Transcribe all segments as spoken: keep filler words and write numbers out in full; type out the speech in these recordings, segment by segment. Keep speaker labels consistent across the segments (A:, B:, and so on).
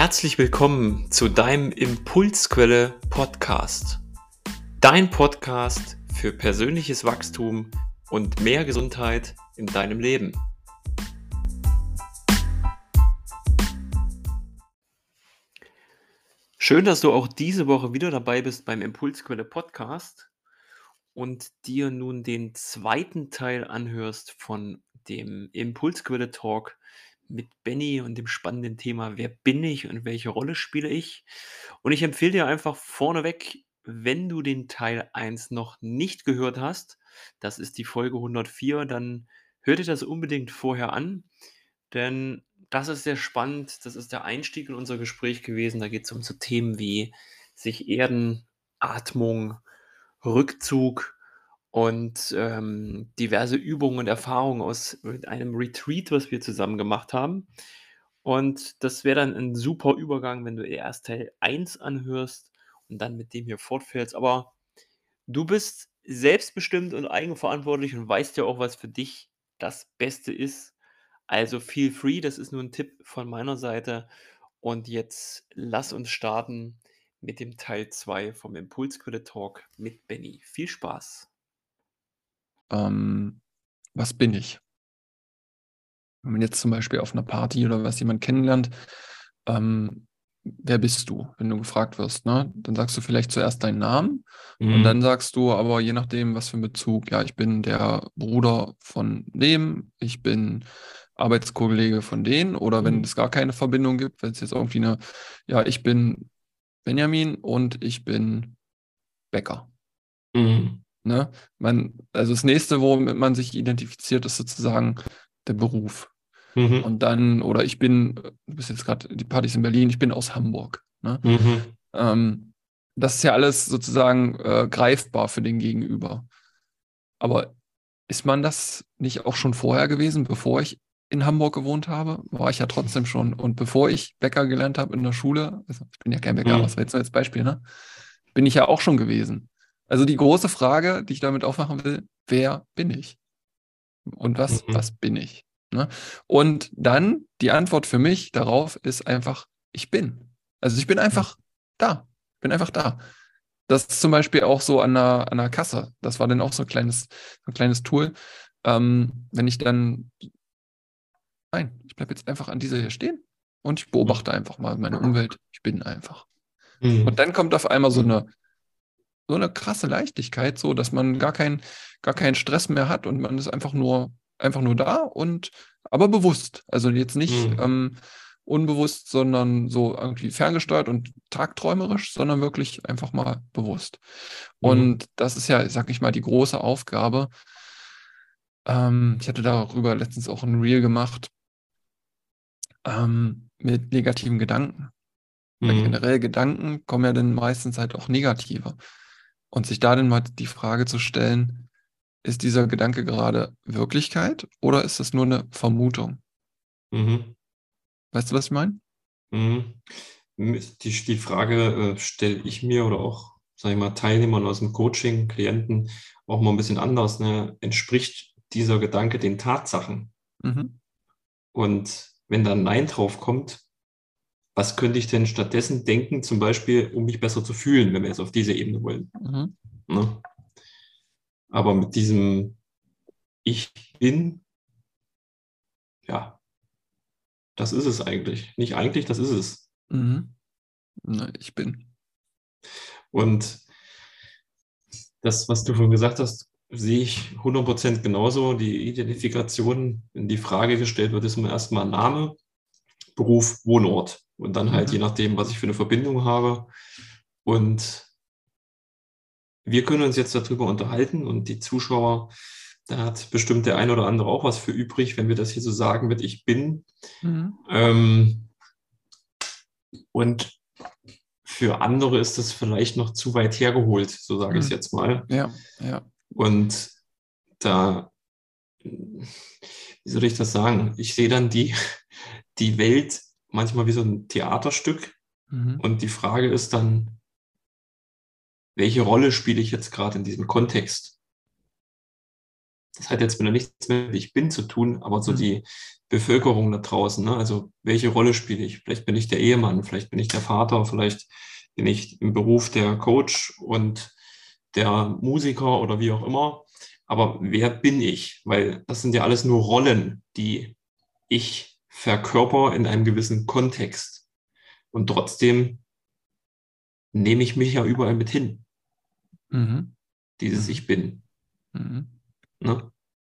A: Herzlich willkommen zu deinem Impulsquelle Podcast. Dein Podcast für persönliches Wachstum und mehr Gesundheit in deinem Leben. Schön, dass du auch diese Woche wieder dabei bist beim Impulsquelle Podcast und dir nun den zweiten Teil anhörst von dem Impulsquelle Talk mit Benny und dem spannenden Thema: Wer bin ich und welche Rolle spiele ich? Und ich empfehle dir einfach vorneweg, wenn du den Teil eins noch nicht gehört hast, das ist die Folge hundertvier, dann hör dir das unbedingt vorher an, denn das ist sehr spannend. Das ist der Einstieg in unser Gespräch gewesen. Da geht es um so Themen wie sich erden, Atmung, Rückzug und ähm, diverse Übungen und Erfahrungen aus mit einem Retreat, was wir zusammen gemacht haben. Und das wäre dann ein super Übergang, wenn du erst Teil eins anhörst und dann mit dem hier fortfährst. Aber du bist selbstbestimmt und eigenverantwortlich und weißt ja auch, was für dich das Beste ist. Also feel free, das ist nur ein Tipp von meiner Seite. Und jetzt lass uns starten mit dem Teil zwei vom Impulsquelle Talk mit Benny. Viel Spaß.
B: Ähm, was bin ich? Wenn man jetzt zum Beispiel auf einer Party oder was jemand kennenlernt, ähm, wer bist du, wenn du gefragt wirst, ne? Dann sagst du vielleicht zuerst deinen Namen und dann
A: Mhm.
B: sagst du aber je nachdem, was für ein Bezug, ja, ich bin der Bruder von dem, ich bin Arbeitskollege von denen oder wenn
A: Mhm.
B: es gar keine Verbindung gibt, wenn es jetzt irgendwie eine, ja, ich bin Benjamin und ich bin Bäcker.
A: Mhm.
B: Ne? Man, also das nächste, womit man sich identifiziert, ist sozusagen der Beruf.
A: Mhm.
B: Und dann, oder ich bin, du bist jetzt gerade, die Partys in Berlin, ich bin aus Hamburg. Ne?
A: Mhm.
B: Ähm, das ist ja alles sozusagen äh, greifbar für den Gegenüber. Aber ist man das nicht auch schon vorher gewesen, bevor ich in Hamburg gewohnt habe? War ich ja trotzdem schon. Und bevor ich Bäcker gelernt habe in der Schule, also ich bin ja kein Bäcker, aber das
A: Mhm.
B: war jetzt nur als Beispiel, ne? Bin ich ja auch schon gewesen. Also die große Frage, die ich damit aufmachen will, wer bin ich? Und was, was
A: Mhm.
B: bin ich? Ne? Und dann die Antwort für mich darauf ist einfach, ich bin. Also ich bin einfach da. Bin einfach da. Das ist zum Beispiel auch so an einer, an einer Kasse. Das war dann auch so ein kleines, so ein kleines Tool. Ähm, wenn ich dann, nein, ich bleibe jetzt einfach an dieser hier stehen und ich beobachte einfach mal meine Umwelt. Ich bin einfach. Und
A: Mhm.
B: dann kommt auf einmal so eine, so eine krasse Leichtigkeit, so dass man gar keinen, gar keinen Stress mehr hat und man ist einfach nur, einfach nur da und aber bewusst. Also jetzt nicht
A: Mhm.
B: ähm, unbewusst, sondern so irgendwie ferngesteuert und tagträumerisch, sondern wirklich einfach mal bewusst.
A: Mhm.
B: Und das ist ja, sag ich mal, die große Aufgabe. Ähm, ich hatte darüber letztens auch ein Reel gemacht, ähm, mit negativen Gedanken. Weil
A: Mhm.
B: generell Gedanken kommen ja dann meistens halt auch negative. Und sich da dann mal die Frage zu stellen, ist dieser Gedanke gerade Wirklichkeit oder ist das nur eine Vermutung?
A: Mhm.
B: Weißt du, was ich meine?
A: Mhm. Die, die Frage äh, stelle ich mir oder auch, sage ich mal, Teilnehmern aus dem Coaching, Klienten auch mal ein bisschen anders. Ne? Entspricht dieser Gedanke den Tatsachen?
B: Mhm.
A: Und wenn da ein Nein drauf kommt, was könnte ich denn stattdessen denken, zum Beispiel, um mich besser zu fühlen, wenn wir jetzt auf diese Ebene wollen?
B: Mhm.
A: Ne? Aber mit diesem Ich bin, ja, das ist es eigentlich. Nicht eigentlich, das ist es.
B: Mhm. Na, ich bin.
A: Und das, was du schon gesagt hast, sehe ich hundert Prozent genauso. Die Identifikation, wenn die Frage gestellt wird, ist immer erstmal Name, Beruf, Wohnort. Und dann halt je
B: Mhm.
A: nachdem, was ich für eine Verbindung habe. Und wir können uns jetzt darüber unterhalten und die Zuschauer, da hat bestimmt der ein oder andere auch was für übrig, wenn wir das hier so sagen mit Ich bin.
B: Mhm.
A: Ähm, und für andere ist das vielleicht noch zu weit hergeholt, so sage ich es
B: Mhm.
A: jetzt mal.
B: Ja, ja.
A: Und da, wie soll ich das sagen? Ich sehe dann die, die Welt manchmal wie so ein Theaterstück.
B: Mhm.
A: Und die Frage ist dann, welche Rolle spiele ich jetzt gerade in diesem Kontext? das hat jetzt wieder nichts mit Ich bin zu tun, aber so
B: Mhm.
A: die Bevölkerung da draußen, ne? Also welche Rolle spiele ich? Vielleicht bin ich der Ehemann, vielleicht bin ich der Vater, vielleicht bin ich im Beruf der Coach und der Musiker oder wie auch immer. Aber wer bin ich? Weil das sind ja alles nur Rollen, die ich verkörper in einem gewissen Kontext. Und trotzdem nehme ich mich ja überall mit hin,
B: Mhm.
A: dieses
B: Mhm.
A: Ich bin.
B: Mhm.
A: Ne?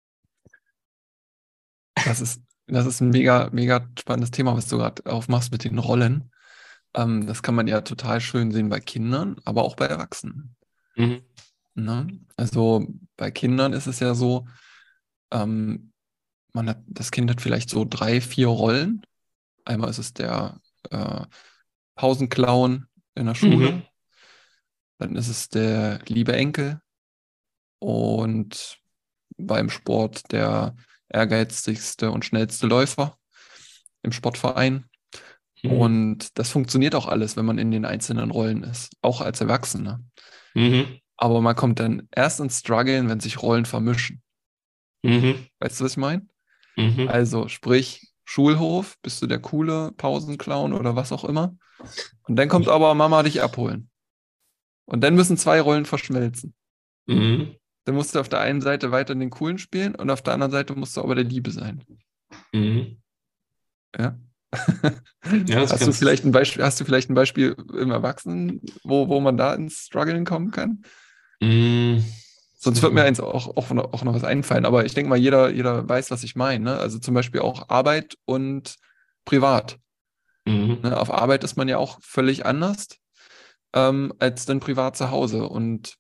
B: Das ist, das ist ein mega, mega spannendes Thema, was du gerade aufmachst mit den Rollen. Ähm, das kann man ja total schön sehen bei Kindern, aber auch bei Erwachsenen.
A: Mhm.
B: Ne? Also bei Kindern ist es ja so, ähm, man hat, das Kind hat vielleicht so drei, vier Rollen. Einmal ist es der äh, Pausenclown in der
A: Mhm.
B: Schule, dann ist es der liebe Enkel und beim Sport der ehrgeizigste und schnellste Läufer im Sportverein.
A: Mhm.
B: Und das funktioniert auch alles, wenn man in den einzelnen Rollen ist, auch als Erwachsener.
A: Mhm.
B: Aber man kommt dann erst ins Struggeln, wenn sich Rollen vermischen.
A: Mhm.
B: Weißt du, was ich meine?
A: Mhm.
B: Also sprich, Schulhof, bist du der coole Pausenclown oder was auch immer. Und dann kommt aber Mama dich abholen. Und dann müssen zwei Rollen verschmelzen.
A: Mhm.
B: Dann musst du auf der einen Seite weiter den Coolen spielen und auf der anderen Seite musst du aber der Liebe sein.
A: Mhm.
B: Ja?
A: Ja, das
B: Hast du
A: kannst.
B: vielleicht ein Beispiel, hast du vielleicht ein Beispiel im Erwachsenen, wo, wo man da ins Struggeln kommen kann?
A: Mhm. Das
B: Sonst
A: muss
B: wird mir
A: man.
B: eins auch, auch, noch, auch noch was einfallen. Aber ich denke mal, jeder, jeder weiß, was ich meine. Ne? Also zum Beispiel auch Arbeit und Privat.
A: Mhm.
B: Ne? Auf Arbeit ist man ja auch völlig anders ähm, als dann privat zu Hause. Und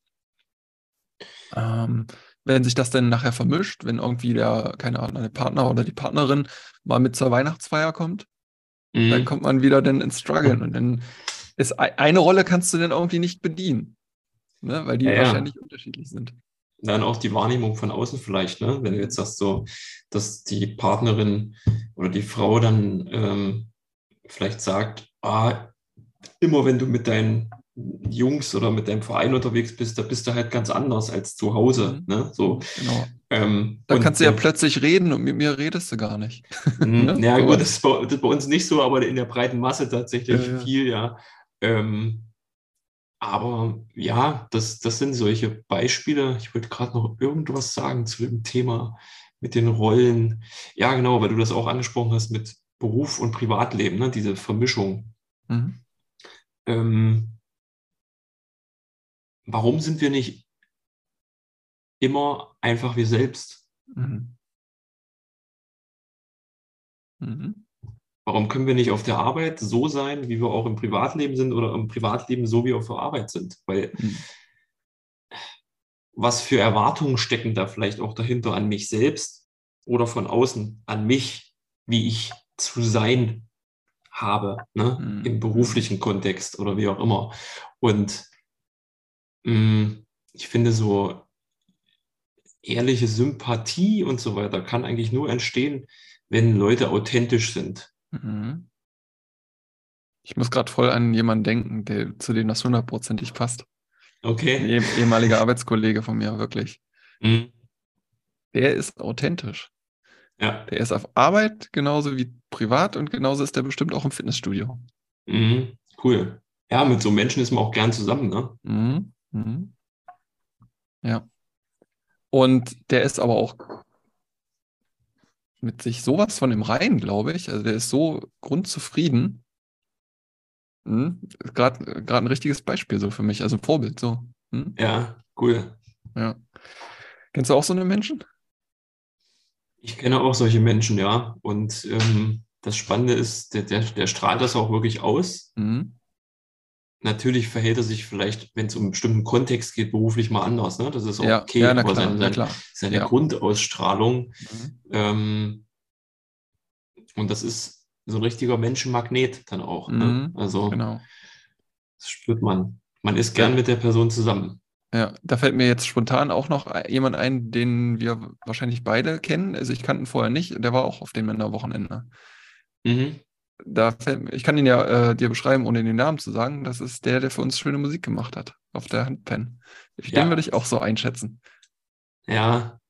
B: ähm, wenn sich das dann nachher vermischt, wenn irgendwie der, keine Ahnung, der Partner oder die Partnerin mal mit zur Weihnachtsfeier kommt, dann
A: Mhm.
B: kommt man wieder dann ins Struggeln. Und dann ist ei- eine Rolle kannst du dann irgendwie nicht bedienen, ne? Weil
A: Ja,
B: die
A: ja.
B: wahrscheinlich unterschiedlich sind.
A: Dann auch die Wahrnehmung von außen vielleicht, ne? Wenn du jetzt
B: Mhm.
A: sagst, so, dass die Partnerin oder die Frau dann ähm, vielleicht sagt, ah, immer wenn du mit deinen Jungs oder mit deinem Verein unterwegs bist, da bist du halt ganz anders als zu Hause,
B: Mhm.
A: ne? So.
B: Genau.
A: Ähm,
B: Da kannst
A: und
B: du ja
A: der,
B: plötzlich reden und mit mir redest du gar nicht.
A: mh,
B: Ne?
A: ja gut, das
B: Sowas.
A: ist, bei, das ist bei uns nicht so, aber in der breiten Masse
B: Ja,
A: tatsächlich
B: ja.
A: viel, ja. Ähm, aber ja, das, das sind solche Beispiele. Ich wollte gerade noch irgendwas sagen zu dem Thema mit den Rollen. Ja, genau, weil du das auch angesprochen hast mit Beruf und Privatleben, ne? Diese Vermischung.
B: Mhm.
A: Ähm, warum sind wir nicht immer einfach wir selbst?
B: Mhm. Mhm.
A: Warum können wir nicht auf der Arbeit so sein, wie wir auch im Privatleben sind oder im Privatleben so, wie wir auf der Arbeit sind? Weil
B: Mhm.
A: was für Erwartungen stecken da vielleicht auch dahinter an mich selbst oder von außen an mich, wie ich zu sein habe, ne? Im
B: Mhm. Mhm.
A: beruflichen Kontext oder wie auch immer. Und mh, ich finde, so ehrliche Sympathie und so weiter kann eigentlich nur entstehen, wenn Leute authentisch sind.
B: Mhm. Ich muss gerade voll an jemanden denken, der, zu dem das hundertprozentig passt. Ein
A: Okay?
B: eh ehemaliger Arbeitskollege von mir, wirklich.
A: Mhm.
B: Der ist authentisch.
A: Ja.
B: Der ist auf Arbeit genauso wie privat und genauso ist der bestimmt auch im Fitnessstudio.
A: Mhm. Cool. Ja, mit so Menschen ist man auch gern zusammen, ne?
B: Mhm. Mhm. Ja. Und der ist aber auch mit sich sowas von im Reinen, glaube ich. Also der ist so grundzufrieden. Mhm. Gerade gerade ein richtiges Beispiel so für mich, also ein Vorbild so. Mhm.
A: Ja, cool.
B: Ja. Kennst du auch so eine Menschen?
A: Ich kenne auch solche Menschen, ja. Und ähm, das Spannende ist, der, der, der strahlt das auch wirklich aus.
B: Mhm.
A: Natürlich verhält er sich vielleicht, wenn es um einen bestimmten Kontext geht, beruflich mal anders. Ne? Das ist auch
B: Ja,
A: okay,
B: ja, na
A: aber
B: klar,
A: sein,
B: na
A: sein,
B: klar.
A: seine
B: Ja.
A: Grundausstrahlung,
B: Mhm.
A: ähm, und das ist so ein richtiger Menschenmagnet dann auch. Ne?
B: Mhm.
A: Also,
B: Genau.
A: das spürt man. Man ist
B: Da,
A: gern mit der Person zusammen.
B: ja, da fällt mir jetzt spontan auch noch jemand ein, den wir wahrscheinlich beide kennen. Also ich kannte ihn vorher nicht, der war auch auf dem Männerwochenende.
A: Mhm.
B: Da fällt, mir- ich kann ihn ja äh, dir beschreiben, ohne den Namen zu sagen. Das ist der, der für uns schöne Musik gemacht hat, auf der Handpan. Den würde
A: Ja,
B: ich auch so einschätzen.
A: ja.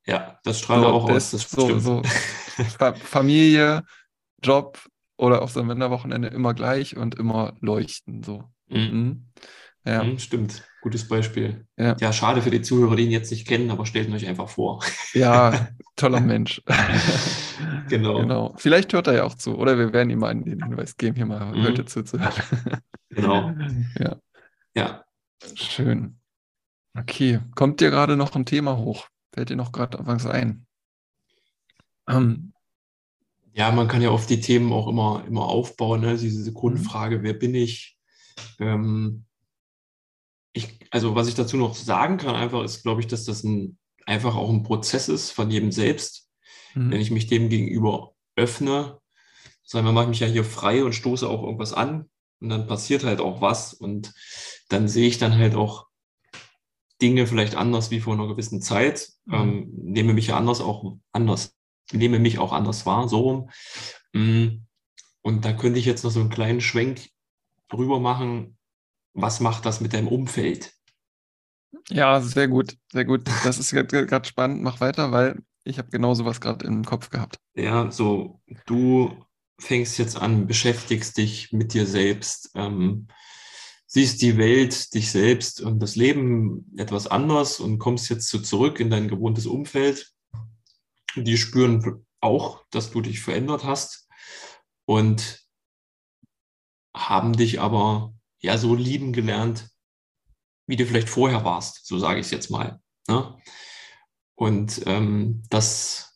A: Ja, das strahlt er
B: So,
A: auch aus,
B: das,
A: das
B: so,
A: stimmt.
B: so Fa Familie, Job oder auf so einem Wanderwochenende immer gleich und immer leuchten. So.
A: Mhm.
B: Mhm. Ja,
A: Mhm, stimmt, gutes Beispiel.
B: ja,
A: Ja, schade für die Zuhörer, die ihn jetzt nicht kennen, aber stellt ihn euch einfach vor.
B: ja, toller Mensch.
A: Genau.
B: Genau. Vielleicht hört er ja auch zu. Oder wir werden ihm mal den Hinweis geben, hier mal heute
A: Mhm,
B: zuzuhören.
A: genau.
B: Ja,
A: Ja.
B: schön. Okay. Kommt dir gerade noch ein Thema hoch? Fällt dir noch gerade was ein? Ähm,
A: Ja, man kann ja auf die Themen auch immer, immer aufbauen, ne? Diese
B: mhm.
A: Grundfrage, wer bin ich? Ähm, ich, also was ich dazu noch sagen kann, einfach ist, glaube ich, dass das ein, einfach auch ein Prozess ist von jedem selbst. Wenn
B: Mhm.
A: ich mich dem gegenüber öffne, sagen wir mal, ich mich ja hier frei und stoße auch irgendwas an und dann passiert halt auch was und dann sehe ich dann halt auch Dinge vielleicht anders wie vor einer gewissen Zeit,
B: Mhm.
A: ähm, nehme mich ja anders auch anders, nehme mich auch anders wahr, so rum. Mm, Und da könnte ich jetzt noch so einen kleinen Schwenk drüber machen, was macht das mit deinem Umfeld?
B: Ja, sehr gut, sehr gut. Das ist gerade spannend. Mach weiter, weil ich habe genau sowas gerade im Kopf gehabt.
A: Ja, so du fängst jetzt an, beschäftigst dich mit dir selbst, ähm, siehst die Welt, dich selbst und das Leben etwas anders und kommst jetzt so zurück in dein gewohntes Umfeld. Die spüren auch, dass du dich verändert hast und haben dich aber ja so lieben gelernt, wie du vielleicht vorher warst, so sage ich es jetzt mal. Ne? Und ähm, das,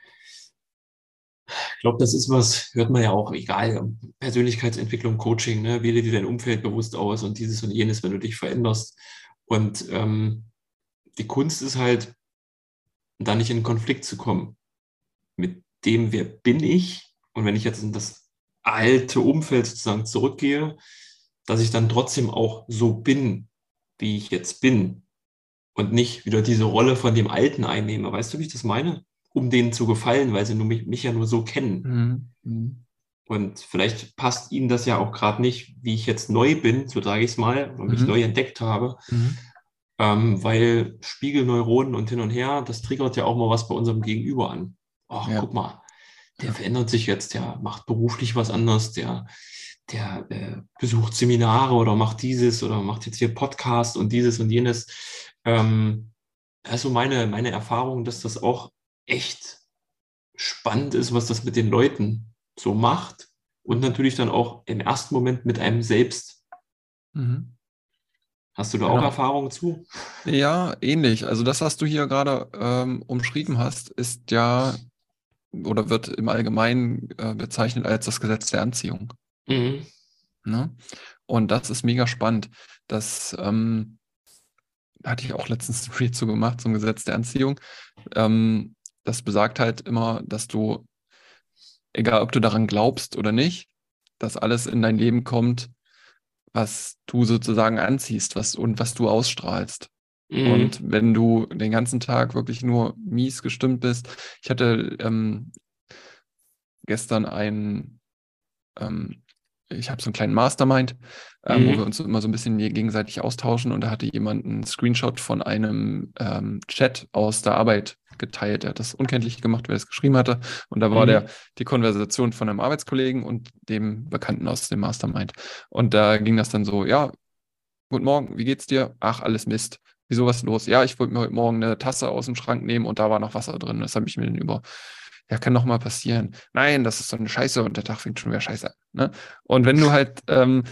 A: ich glaube, das ist was, hört man ja auch, egal, Persönlichkeitsentwicklung, Coaching, ne? Wähle dir dein Umfeld bewusst aus und dieses und jenes, wenn du dich veränderst. Und ähm, die Kunst ist halt, da nicht in einen Konflikt zu kommen mit dem, wer bin ich? Und wenn ich jetzt in das alte Umfeld sozusagen zurückgehe, dass ich dann trotzdem auch so bin, wie ich jetzt bin und nicht wieder diese Rolle von dem Alten einnehme. Weißt du, wie ich das meine? Um denen zu gefallen, weil sie nur mich, mich ja nur so kennen.
B: Mhm. Mhm.
A: Und vielleicht passt ihnen das ja auch gerade nicht, wie ich jetzt neu bin, so sage ich es mal, und mich neu
B: Mhm.
A: entdeckt habe.
B: Mhm.
A: Ähm, weil Spiegelneuronen und hin und her, das triggert ja auch mal was bei unserem Gegenüber an. Ach,
B: Ja,
A: guck mal, der
B: ja.
A: verändert sich jetzt, der macht beruflich was anderes, der, der äh, besucht Seminare oder macht dieses oder macht jetzt hier Podcast und dieses und jenes. Ähm, also meine, meine Erfahrung, dass das auch echt spannend ist, was das mit den Leuten so macht und
B: Mhm.
A: natürlich dann auch im ersten Moment mit einem selbst.
B: Mhm.
A: Hast du da auch
B: Genau.
A: Erfahrungen zu?
B: Ja, ähnlich. Also das, was du hier gerade ähm, umschrieben hast, ist ja oder wird im Allgemeinen äh, bezeichnet als das Gesetz der Anziehung.
A: Mhm.
B: Ne? Und das ist mega spannend. Das ähm, hatte ich auch letztens ein Reel zu gemacht zum Gesetz der Anziehung. Ähm, das besagt halt immer, dass du, egal ob du daran glaubst oder nicht, dass alles in dein Leben kommt, was du sozusagen anziehst, was und was du ausstrahlst. Und
A: Mhm.
B: wenn du den ganzen Tag wirklich nur mies gestimmt bist, ich hatte ähm, gestern ein, ähm, ich habe so einen kleinen Mastermind, ähm, wo wir
A: Mhm.
B: uns immer so ein bisschen gegenseitig austauschen und da hatte jemand einen Screenshot von einem ähm, Chat aus der Arbeit geteilt. Er hat das unkenntlich gemacht, wer das geschrieben hatte. Und da war der
A: Mhm.
B: die Konversation von einem Arbeitskollegen und dem Bekannten aus dem Mastermind. Und da ging das dann so, ja, guten Morgen, wie geht's dir? Ach, alles Mist. Wieso, was ist los? Ja, ich wollte mir heute Morgen eine Tasse aus dem Schrank nehmen und da war noch Wasser drin. Das habe ich mir dann über. Ja, kann doch mal passieren. Nein, das ist so eine Scheiße und der Tag fängt schon wieder scheiße an. Ne? Und wenn du halt, ähm,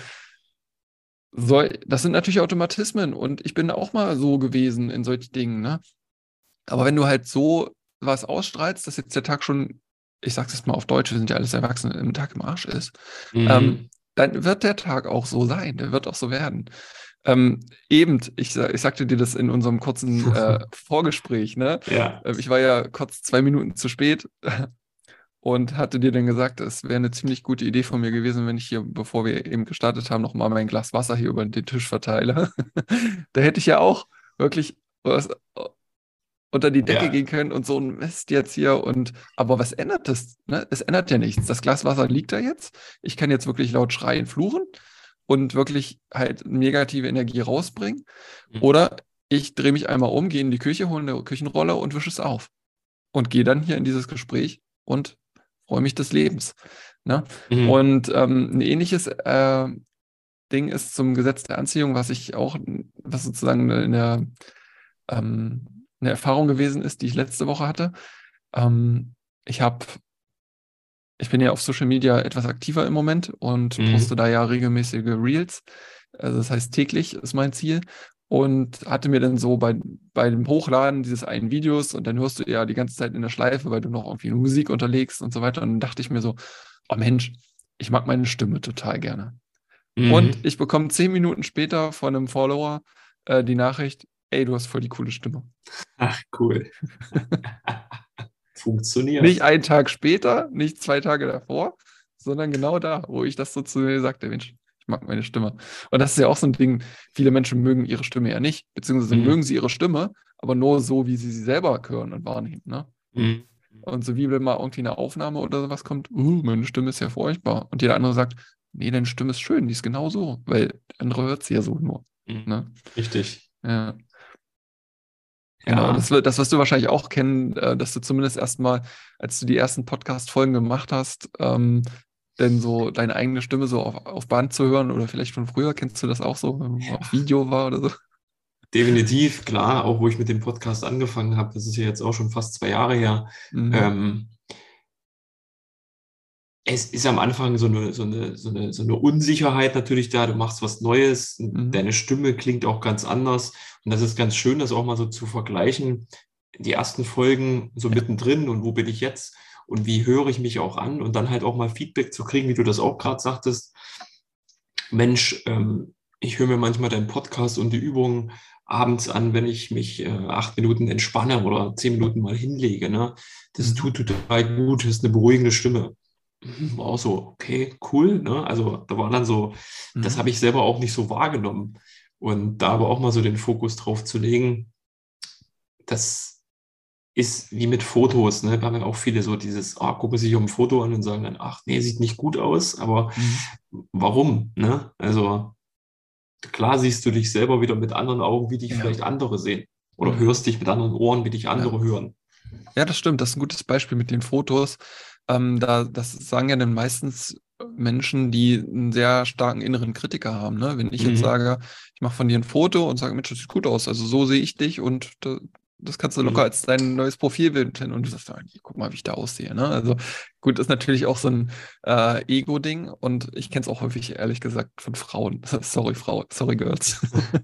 B: so, das sind natürlich Automatismen und ich bin auch mal so gewesen in solchen Dingen. Ne? Aber wenn du halt so was ausstrahlst, dass jetzt der Tag schon, ich sag's jetzt mal auf Deutsch, wir sind ja alles Erwachsene, im Tag im Arsch ist, ähm,
A: Mhm.
B: dann wird der Tag auch so sein, der wird auch so werden. Ähm, eben, ich, sa- ich sagte dir das in unserem kurzen äh, Vorgespräch, ne?
A: Ja.
B: Äh, Ich war ja kurz zwei Minuten zu spät und hatte dir dann gesagt, es wäre eine ziemlich gute Idee von mir gewesen, wenn ich hier, bevor wir eben gestartet haben, nochmal mein Glas Wasser hier über den Tisch verteile. Da hätte ich ja auch wirklich was unter die Decke
A: Ja.
B: gehen können und so ein Mist jetzt hier und aber was ändert das? Ne? Es ändert ja nichts. Das Glas Wasser liegt da jetzt. Ich kann jetzt wirklich laut schreien, fluchen und wirklich halt negative Energie rausbringen.
A: Mhm.
B: Oder ich drehe mich einmal um, gehe in die Küche, hole eine Küchenrolle und wische es auf. und gehe dann hier in dieses Gespräch und freue mich des Lebens. Ne?
A: Mhm.
B: Und ähm, ein ähnliches äh, Ding ist zum Gesetz der Anziehung, was ich auch, was sozusagen eine, ähm, eine Erfahrung gewesen ist, die ich letzte Woche hatte. Ähm, ich habe, ich bin ja auf Social Media etwas aktiver im Moment und poste
A: Mhm.
B: da ja regelmäßige Reels. Also das heißt, täglich ist mein Ziel. Und hatte mir dann so bei, bei dem Hochladen dieses einen Videos und dann hörst du ja die ganze Zeit in der Schleife, weil du noch irgendwie Musik unterlegst und so weiter. Und dann dachte ich mir so, oh Mensch, ich mag meine Stimme total gerne. Und
A: Mhm.
B: ich bekomme zehn Minuten später von einem Follower äh, die Nachricht, ey, du hast voll die coole Stimme.
A: Ach, cool.
B: Nicht
A: Funktioniert.
B: einen Tag später, nicht zwei Tage davor, sondern genau da, wo ich das so zu mir sagte, Mensch, ich mag meine Stimme. Und das ist ja auch so ein Ding, viele Menschen mögen ihre Stimme ja nicht, beziehungsweise mögen
A: Mhm.
B: sie ihre Stimme, aber nur so, wie sie sie selber hören und wahrnehmen. Ne?
A: Mhm.
B: Und so wie wenn mal irgendwie eine Aufnahme oder sowas kommt, uh, meine Stimme ist ja furchtbar. Und jeder andere sagt, nee, deine Stimme ist schön, die ist genau so, weil der andere hört sie ja so nur.
A: Mhm.
B: Ne?
A: Richtig.
B: Ja. Genau, das,
A: Ja.
B: wird- das wirst du wahrscheinlich auch kennen, äh, dass du zumindest erstmal, als du die ersten Podcast-Folgen gemacht hast, ähm, denn so deine eigene Stimme so auf, auf Band zu hören oder vielleicht von früher, kennst du das auch so, wenn man mal auf Video war oder so?
A: Definitiv, klar, auch wo ich mit dem Podcast angefangen habe, das ist ja jetzt auch schon fast zwei Jahre her.
B: Mhm.
A: Ähm, es ist am Anfang so eine, so eine, so eine, so eine Unsicherheit natürlich da. Du machst was Neues,
B: Mhm.
A: deine Stimme klingt auch ganz anders. Und das ist ganz schön, das auch mal so zu vergleichen. Die ersten Folgen so
B: Ja.
A: mittendrin und wo bin ich jetzt und wie höre ich mich auch an und dann halt auch mal Feedback zu kriegen, wie du das auch gerade sagtest. Mensch, ähm, ich höre mir manchmal deinen Podcast und die Übungen abends an, wenn ich mich äh, acht Minuten entspanne oder zehn Minuten mal hinlege. Ne? Das
B: Mhm.
A: tut total gut, das ist eine beruhigende Stimme. Mhm, war auch so, okay, cool. Ne? Also da war dann so, das
B: Mhm.
A: habe ich selber auch nicht so wahrgenommen. Und da aber auch mal so den Fokus drauf zu legen, das ist wie mit Fotos. Ne? Da haben ja auch viele so dieses, ah, gucken sich um ein Foto an und sagen dann, ach nee, sieht nicht gut aus, aber
B: Mhm.
A: warum? Ne? Also klar siehst du dich selber wieder mit anderen Augen, wie dich
B: Ja.
A: vielleicht andere sehen. Oder
B: Mhm.
A: hörst dich mit anderen Ohren, wie dich
B: Ja.
A: andere hören.
B: Ja, das stimmt. Das ist ein gutes Beispiel mit den Fotos. Ähm, da, das sagen ja dann meistens Menschen, die einen sehr starken inneren Kritiker haben. Ne? Wenn ich jetzt
A: Mhm.
B: sage, ich mache von dir ein Foto und sage, Mensch, das sieht gut aus, also so sehe ich dich und da, das kannst du locker
A: Mhm.
B: als dein neues Profilbild hin und du sagst, ah, guck mal, wie ich da aussehe. Ne? Also gut, ist natürlich auch so ein äh, Ego-Ding und ich kenne es auch häufig, ehrlich gesagt, von Frauen. Sorry, Frau, sorry, Girls.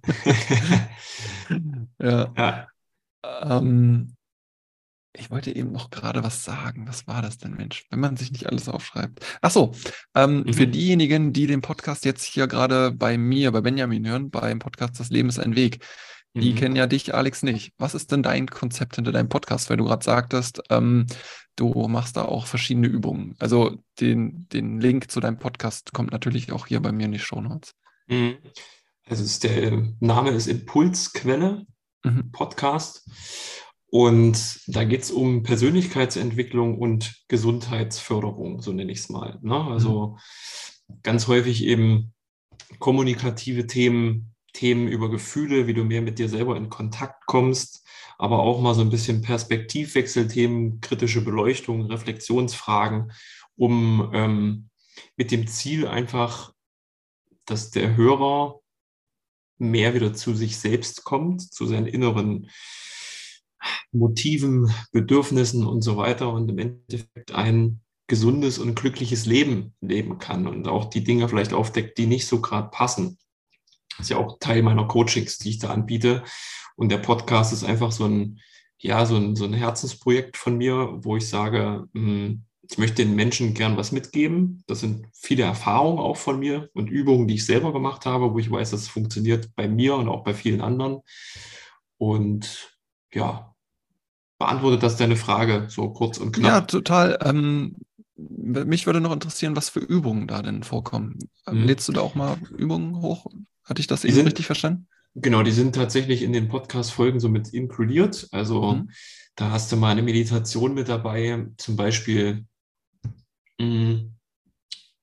B: Ja.
A: Ja.
B: Ähm, Ich wollte eben noch gerade was sagen. Was war das denn, Mensch? Wenn man sich nicht alles aufschreibt. Ach so, ähm, für
A: Mhm.
B: diejenigen, die den Podcast jetzt hier gerade bei mir, bei Benjamin hören, beim Podcast Das Leben ist ein Weg, die
A: Mhm.
B: kennen ja dich, Alex, nicht. Was ist denn dein Konzept hinter deinem Podcast? Weil du gerade sagtest, ähm, du machst da auch verschiedene Übungen. Also den, den Link zu deinem Podcast kommt natürlich auch hier bei mir in die Shownotes.
A: Mhm. Also es ist der Name ist Impulsquelle
B: Mhm.
A: Podcast. Und da geht es um Persönlichkeitsentwicklung und Gesundheitsförderung, so nenne ich es mal. Ne?
B: Mhm.
A: Also ganz häufig eben kommunikative Themen, Themen über Gefühle, wie du mehr mit dir selber in Kontakt kommst, aber auch mal so ein bisschen Perspektivwechselthemen, kritische Beleuchtung, Reflexionsfragen, um ähm, mit dem Ziel einfach, dass der Hörer mehr wieder zu sich selbst kommt, zu seinen inneren Motiven, Bedürfnissen und so weiter und im Endeffekt ein gesundes und glückliches Leben leben kann und auch die Dinge vielleicht aufdeckt, die nicht so gerade passen. Das ist ja auch Teil meiner Coachings, die ich da anbiete. Und der Podcast ist einfach so ein, ja, so ein, so ein Herzensprojekt von mir, wo ich sage, hm, ich möchte den Menschen gern was mitgeben. Das sind viele Erfahrungen auch von mir und Übungen, die ich selber gemacht habe, wo ich weiß, dass es funktioniert bei mir und auch bei vielen anderen. Und ja, beantwortet das deine Frage so kurz und
B: Ja,
A: knapp?
B: total. Ähm, mich würde noch interessieren, was für Übungen da denn vorkommen. Ähm,
A: Hm.
B: lädst du da auch mal Übungen hoch? Hatte ich das
A: Die
B: eben richtig
A: sind,
B: verstanden?
A: genau, die sind tatsächlich in den Podcast-Folgen so mit inkludiert. Also
B: Mhm.
A: da hast du mal eine Meditation mit dabei, zum Beispiel mh,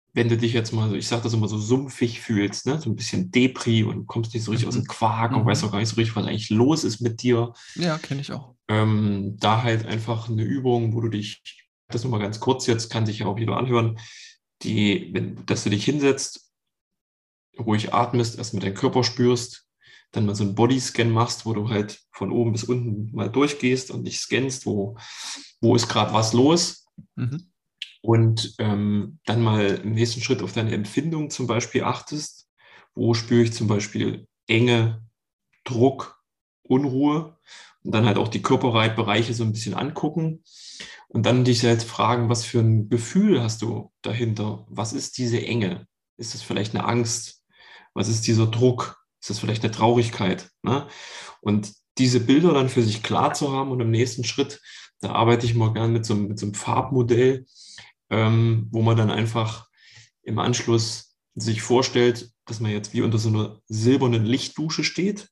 A: wenn du dich jetzt mal, so, ich sage das immer so sumpfig fühlst, ne? So ein bisschen Depri und kommst nicht so richtig aus dem
B: Mhm.
A: Quark und weißt auch
B: Mhm.
A: gar nicht so richtig, was eigentlich los ist mit dir.
B: Ja, kenne ich auch.
A: Ähm, da halt einfach eine Übung, wo du dich, das nur mal ganz kurz jetzt, kann sich ja auch jeder anhören, die, wenn, dass du dich hinsetzt, ruhig atmest, erstmal deinen Körper spürst, dann mal so einen Bodyscan machst, wo du halt von oben bis unten mal durchgehst und dich scannst, wo, wo ist gerade was los.
B: Mhm.
A: Und ähm, dann mal im nächsten Schritt auf deine Empfindung zum Beispiel achtest. Wo spüre ich zum Beispiel Enge, Druck, Unruhe? Und dann halt auch die Körperbereiche so ein bisschen angucken. Und dann dich selbst fragen, was für ein Gefühl hast du dahinter? Was ist diese Enge? Ist das vielleicht eine Angst? Was ist dieser Druck? Ist das vielleicht eine Traurigkeit? Ne? Und diese Bilder dann für sich klar zu haben und im nächsten Schritt, da arbeite ich mal gern mit so, einem- mit so einem Farbmodell, ähm, wo man dann einfach im Anschluss sich vorstellt, dass man jetzt wie unter so einer silbernen Lichtdusche steht,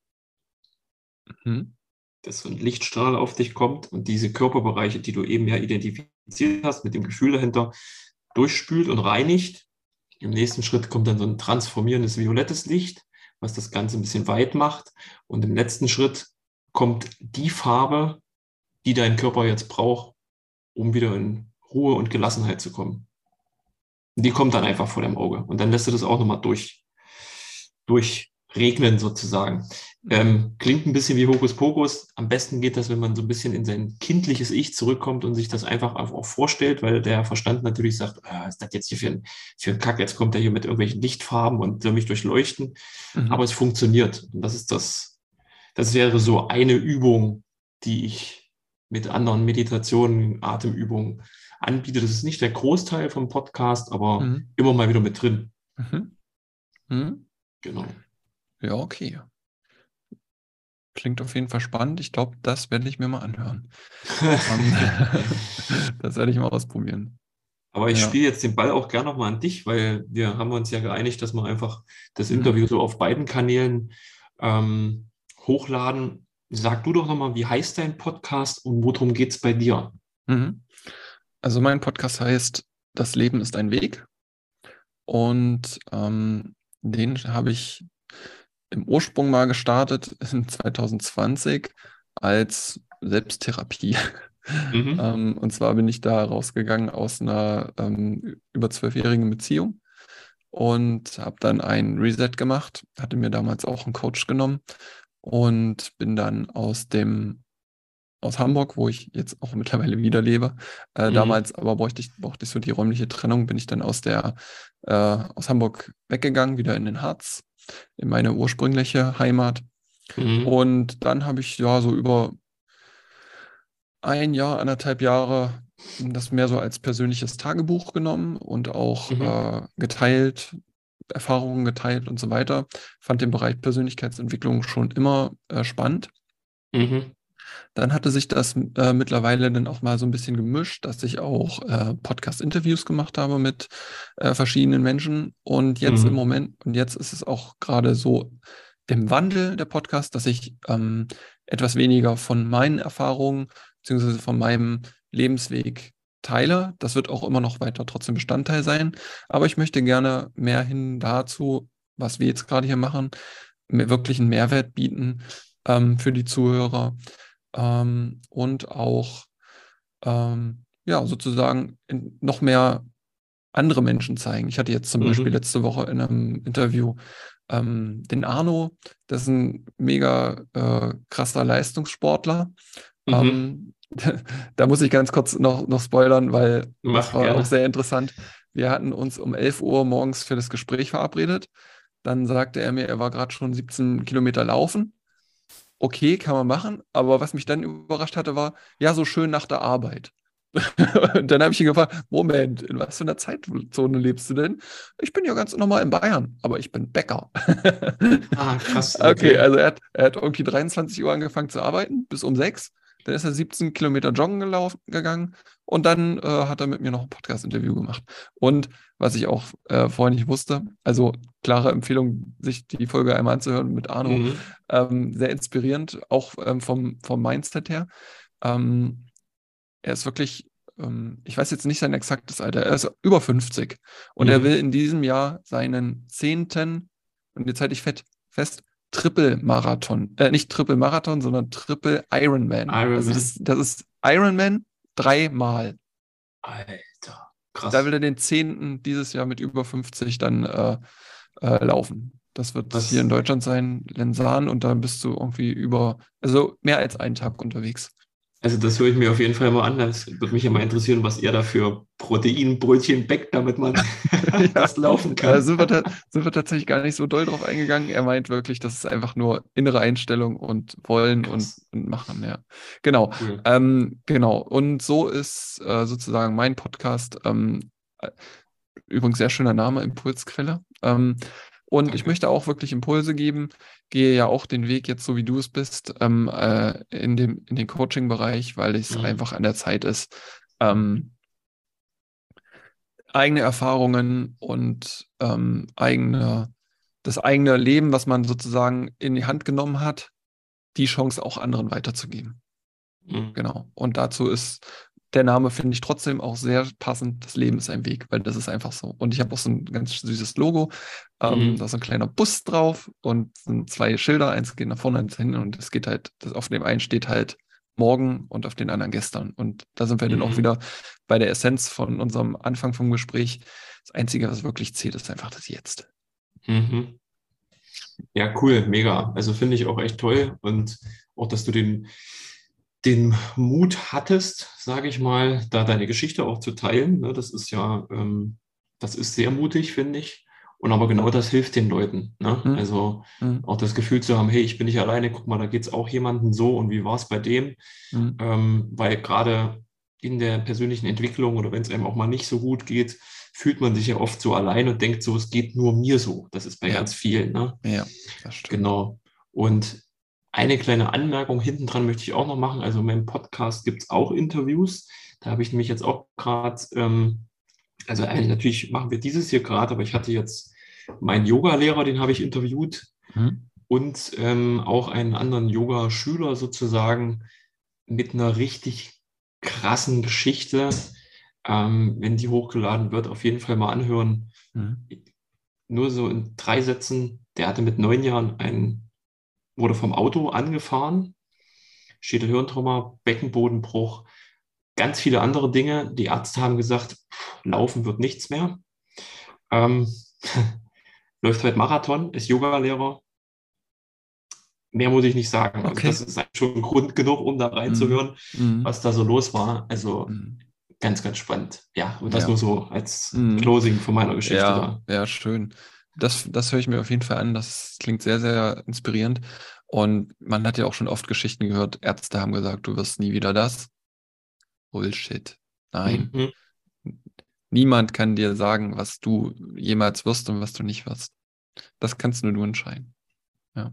B: Mhm.
A: dass so ein Lichtstrahl auf dich kommt und diese Körperbereiche, die du eben ja identifiziert hast, mit dem Gefühl dahinter, durchspült und reinigt. Im nächsten Schritt kommt dann so ein transformierendes violettes Licht, was das Ganze ein bisschen weit macht. Und im letzten Schritt kommt die Farbe, die dein Körper jetzt braucht, um wieder in Ruhe und Gelassenheit zu kommen. Die kommt dann einfach vor dem Auge. Und dann lässt du das auch nochmal durch, durchregnen sozusagen.
B: Mhm.
A: Ähm, klingt ein bisschen wie Hokuspokus. Am besten geht das, wenn man so ein bisschen in sein kindliches Ich zurückkommt und sich das einfach auch vorstellt, weil der Verstand natürlich sagt, ah, was ist das jetzt hier für ein, für ein Kack? Jetzt kommt er hier mit irgendwelchen Lichtfarben und soll mich durchleuchten. Aber
B: Mhm.
A: es funktioniert. Und das ist das, das wäre so eine Übung, die ich mit anderen Meditationen, Atemübungen anbiete. Das ist nicht der Großteil vom Podcast, aber
B: Mhm.
A: immer mal wieder mit drin.
B: Mhm. Mhm.
A: Genau.
B: Ja, okay. Klingt auf jeden Fall spannend. Ich glaube, das werde ich mir mal anhören. Ähm, das werde ich mal ausprobieren.
A: Aber ich
B: Ja.
A: spiele jetzt den Ball auch gerne nochmal an dich, weil wir haben uns ja geeinigt, dass wir einfach das
B: Mhm.
A: Interview so auf beiden Kanälen ähm, hochladen. Sag du doch nochmal, wie heißt dein Podcast und worum geht es bei dir?
B: Mhm. Also mein Podcast heißt Das Leben ist ein Weg und ähm, den habe ich im Ursprung mal gestartet in zwanzig zwanzig als Selbsttherapie.
A: Mhm.
B: Ähm, und zwar bin ich da rausgegangen aus einer ähm, über zwölfjährigen Beziehung und habe dann ein Reset gemacht, hatte mir damals auch einen Coach genommen und bin dann aus dem aus Hamburg, wo ich jetzt auch mittlerweile wieder lebe. Äh,
A: Mhm.
B: damals aber brauchte ich, brauchte ich so die räumliche Trennung, bin ich dann aus der äh, aus Hamburg weggegangen, wieder in den Harz, in meine ursprüngliche Heimat.
A: Mhm.
B: Und dann habe ich ja so über ein Jahr, anderthalb Jahre das mehr so als persönliches Tagebuch genommen und auch
A: Mhm.
B: äh, geteilt, Erfahrungen geteilt und so weiter. Fand den Bereich Persönlichkeitsentwicklung schon immer äh, spannend.
A: Mhm.
B: Dann hatte sich das äh, mittlerweile dann auch mal so ein bisschen gemischt, dass ich auch äh, Podcast-Interviews gemacht habe mit äh, verschiedenen Menschen. Und jetzt im
A: Mhm.
B: Moment, und jetzt ist es auch gerade so im Wandel der Podcast, dass ich ähm, etwas weniger von meinen Erfahrungen beziehungsweise von meinem Lebensweg teile. Das wird auch immer noch weiter trotzdem Bestandteil sein. Aber ich möchte gerne mehr hin dazu, was wir jetzt gerade hier machen, mir wirklich einen Mehrwert bieten ähm, für die Zuhörer ähm, und auch ähm, ja, sozusagen in, noch mehr andere Menschen zeigen. Ich hatte jetzt zum Beispiel
A: Mhm.
B: letzte Woche in einem Interview ähm, den Arno, das ist ein mega äh, krasser Leistungssportler.
A: Mhm.
B: Ähm, da muss ich ganz kurz noch, noch spoilern, weil das
A: Mach
B: war auch
A: gerne.
B: sehr interessant. Wir hatten uns um elf Uhr morgens für das Gespräch verabredet. Dann sagte er mir, er war gerade schon siebzehn Kilometer laufen. Okay, kann man machen, aber was mich dann überrascht hatte, war, ja, so schön nach der Arbeit. Und dann habe ich ihn gefragt, Moment, in was für einer Zeitzone lebst du denn? Ich bin ja ganz normal in Bayern, aber ich bin Bäcker.
A: Ah, krass,
B: Okay,
A: okay.
B: also er hat, er hat irgendwie dreiundzwanzig Uhr angefangen zu arbeiten, bis um sechs. Dann ist er siebzehn Kilometer joggen gelaufen, gegangen und dann äh, hat er mit mir noch ein Podcast-Interview gemacht. Und was ich auch äh, vorher nicht wusste, also klare Empfehlung, sich die Folge einmal anzuhören mit Arno,
A: Mhm.
B: ähm, sehr inspirierend, auch ähm, vom, vom Mindset her. Ähm, er ist wirklich ähm, ich weiß jetzt nicht sein exaktes Alter, er ist über fünfzig und
A: Mhm.
B: er will in diesem Jahr seinen zehnten, und jetzt halte ich fett, fest, Triple-Marathon, äh, nicht Triple-Marathon, sondern Triple-Ironman.
A: Iron
B: Also
A: Man.
B: das, das ist Ironman dreimal.
A: Alter,
B: Da will
A: krass.
B: er den zehnten dieses Jahr mit über fünfzig dann äh, äh, laufen. Das wird hier in
A: Was,
B: Deutschland sein, Lenzahn, und dann bist du irgendwie über, also mehr als einen Tag unterwegs.
A: also das höre ich mir auf jeden Fall mal an. Das würde mich ja mal interessieren, was er da für Proteinbrötchen backt, damit man
B: Ja,
A: das laufen
B: da
A: kann.
B: sind wir, ta- sind wir tatsächlich gar nicht so doll drauf eingegangen. Er meint wirklich, das ist einfach nur innere Einstellung und Wollen und,
A: Krass,
B: und Machen, ja. Genau.
A: cool.
B: Ähm, genau. Und so ist äh, sozusagen mein Podcast. Ähm, äh, übrigens sehr schöner Name, Impulsquelle. Ähm, und ich
A: Danke.
B: möchte auch wirklich Impulse geben. Gehe ja auch den Weg jetzt, so wie du es bist, ähm, äh, in dem, in den Coaching-Bereich, weil es
A: Mhm.
B: einfach an der Zeit ist, ähm, eigene Erfahrungen und ähm, eigene, das eigene Leben, was man sozusagen in die Hand genommen hat, die Chance auch anderen weiterzugeben.
A: Mhm.
B: Genau. Und dazu ist der Name, finde ich, trotzdem auch sehr passend. Das Leben ist ein Weg, weil das ist einfach so. Und ich habe auch so ein ganz süßes Logo. Ähm, da
A: Mhm.
B: ist ein kleiner Bus drauf und sind zwei Schilder. Eins geht nach vorne, eins hinten. Und es geht halt, das, auf dem einen steht halt morgen und auf den anderen gestern. Und da sind wir dann auch
A: Mhm.
B: wieder bei der Essenz von unserem Anfang vom Gespräch. Das Einzige, was wirklich zählt, ist einfach das Jetzt.
A: Mhm. Ja, cool, mega. Also finde ich auch echt toll und auch, dass du den, den Mut hattest, sage ich mal, da deine Geschichte auch zu teilen. Ne? Das ist ja, ähm, das ist sehr mutig, finde ich. Und aber genau das hilft den Leuten. Ne?
B: Hm?
A: Also
B: Hm?
A: auch das Gefühl zu haben, hey, ich bin nicht alleine, guck mal, da geht es auch jemandem so und wie war es bei dem?
B: Hm?
A: Ähm, weil gerade in der persönlichen Entwicklung oder wenn es einem auch mal nicht so gut geht, fühlt man sich ja oft so allein und denkt so, es geht nur mir so. Das ist bei
B: Ja,
A: ganz vielen. Ne?
B: ja, das stimmt.
A: Genau. Und eine kleine Anmerkung hinten dran möchte ich auch noch machen. Also in meinem Podcast gibt es auch Interviews. Da habe ich nämlich jetzt auch gerade, ähm, also eigentlich natürlich machen wir dieses hier gerade, aber ich hatte jetzt meinen Yoga-Lehrer, den habe ich interviewt
B: Hm?
A: und ähm, auch einen anderen Yoga-Schüler sozusagen mit einer richtig krassen Geschichte. Ähm, wenn die hochgeladen wird, auf jeden Fall mal anhören.
B: Hm?
A: Nur so in drei Sätzen. Der hatte mit neun Jahren einen, wurde vom Auto angefahren, Schädelhirntrauma, Beckenbodenbruch, ganz viele andere Dinge. Die Ärzte haben gesagt, pff, laufen wird nichts mehr. Ähm, läuft halt Marathon, ist Yogalehrer. Mehr muss ich nicht sagen. Also
B: Okay.
A: das ist eigentlich schon Grund genug, um da
B: Hm?
A: reinzuhören,
B: Hm?
A: was da so los war. Also
B: Hm?
A: ganz, ganz spannend. Ja, und das
B: Ja.
A: nur so als
B: Mhm.
A: Closing von meiner Geschichte
B: Ja,
A: da.
B: ja, schön. Das, das höre ich mir auf jeden Fall an. Das klingt sehr, sehr inspirierend. Und man hat ja auch schon oft Geschichten gehört, Ärzte haben gesagt, du wirst nie wieder das. Bullshit. Nein.
A: Mhm.
B: Niemand kann dir sagen, was du jemals wirst und was du nicht wirst. Das kannst nur du entscheiden. Ja.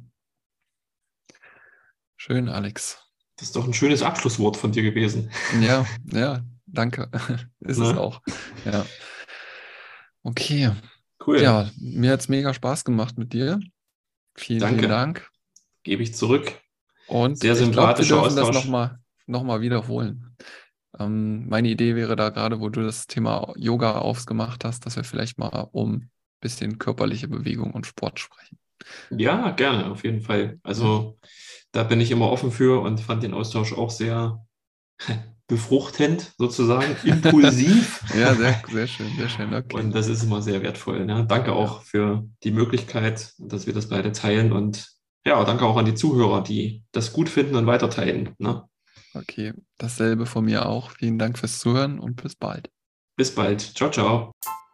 B: Schön, Alex.
A: Das ist doch ein schönes Abschlusswort von dir gewesen.
B: Ja, ja, danke. Ist es
A: Ne?
B: auch. Ja. Okay.
A: Cool.
B: Ja, mir hat es mega Spaß gemacht mit dir. Vielen, vielen
A: Danke.
B: Dank.
A: Gebe ich zurück.
B: Und
A: Sehr
B: ich glaube, wir
A: sympathischer
B: dürfen das
A: Austausch.
B: nochmal noch mal wiederholen. Ähm, meine Idee wäre da gerade, wo du das Thema Yoga aufgemacht hast, dass wir vielleicht mal um ein bisschen körperliche Bewegung und Sport sprechen.
A: Ja, gerne, auf jeden Fall.
B: Ja,
A: Also da bin ich immer offen für und fand den Austausch auch sehr befruchtend, sozusagen, impulsiv.
B: ja, sehr, sehr schön, sehr schön. Okay.
A: Und das ist immer sehr wertvoll. Ne? Danke
B: Ja,
A: auch für die Möglichkeit, dass wir das beide teilen. Und ja, danke auch an die Zuhörer, die das gut finden und weiterteilen. Ne?
B: okay. Dasselbe von mir auch. Vielen Dank fürs Zuhören und bis bald.
A: Bis bald. Ciao, ciao.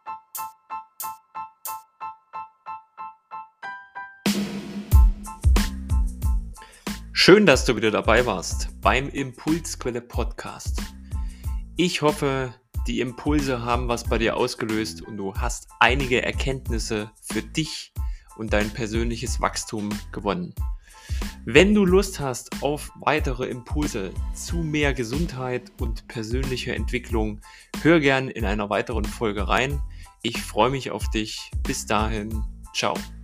A: Schön, dass du wieder dabei warst beim Impulsquelle Podcast. Ich hoffe, die Impulse haben was bei dir ausgelöst und du hast einige Erkenntnisse für dich und dein persönliches Wachstum gewonnen. Wenn du Lust hast auf weitere Impulse zu mehr Gesundheit und persönlicher Entwicklung, hör gern in einer weiteren Folge rein. Ich freue mich auf dich. Bis dahin, ciao.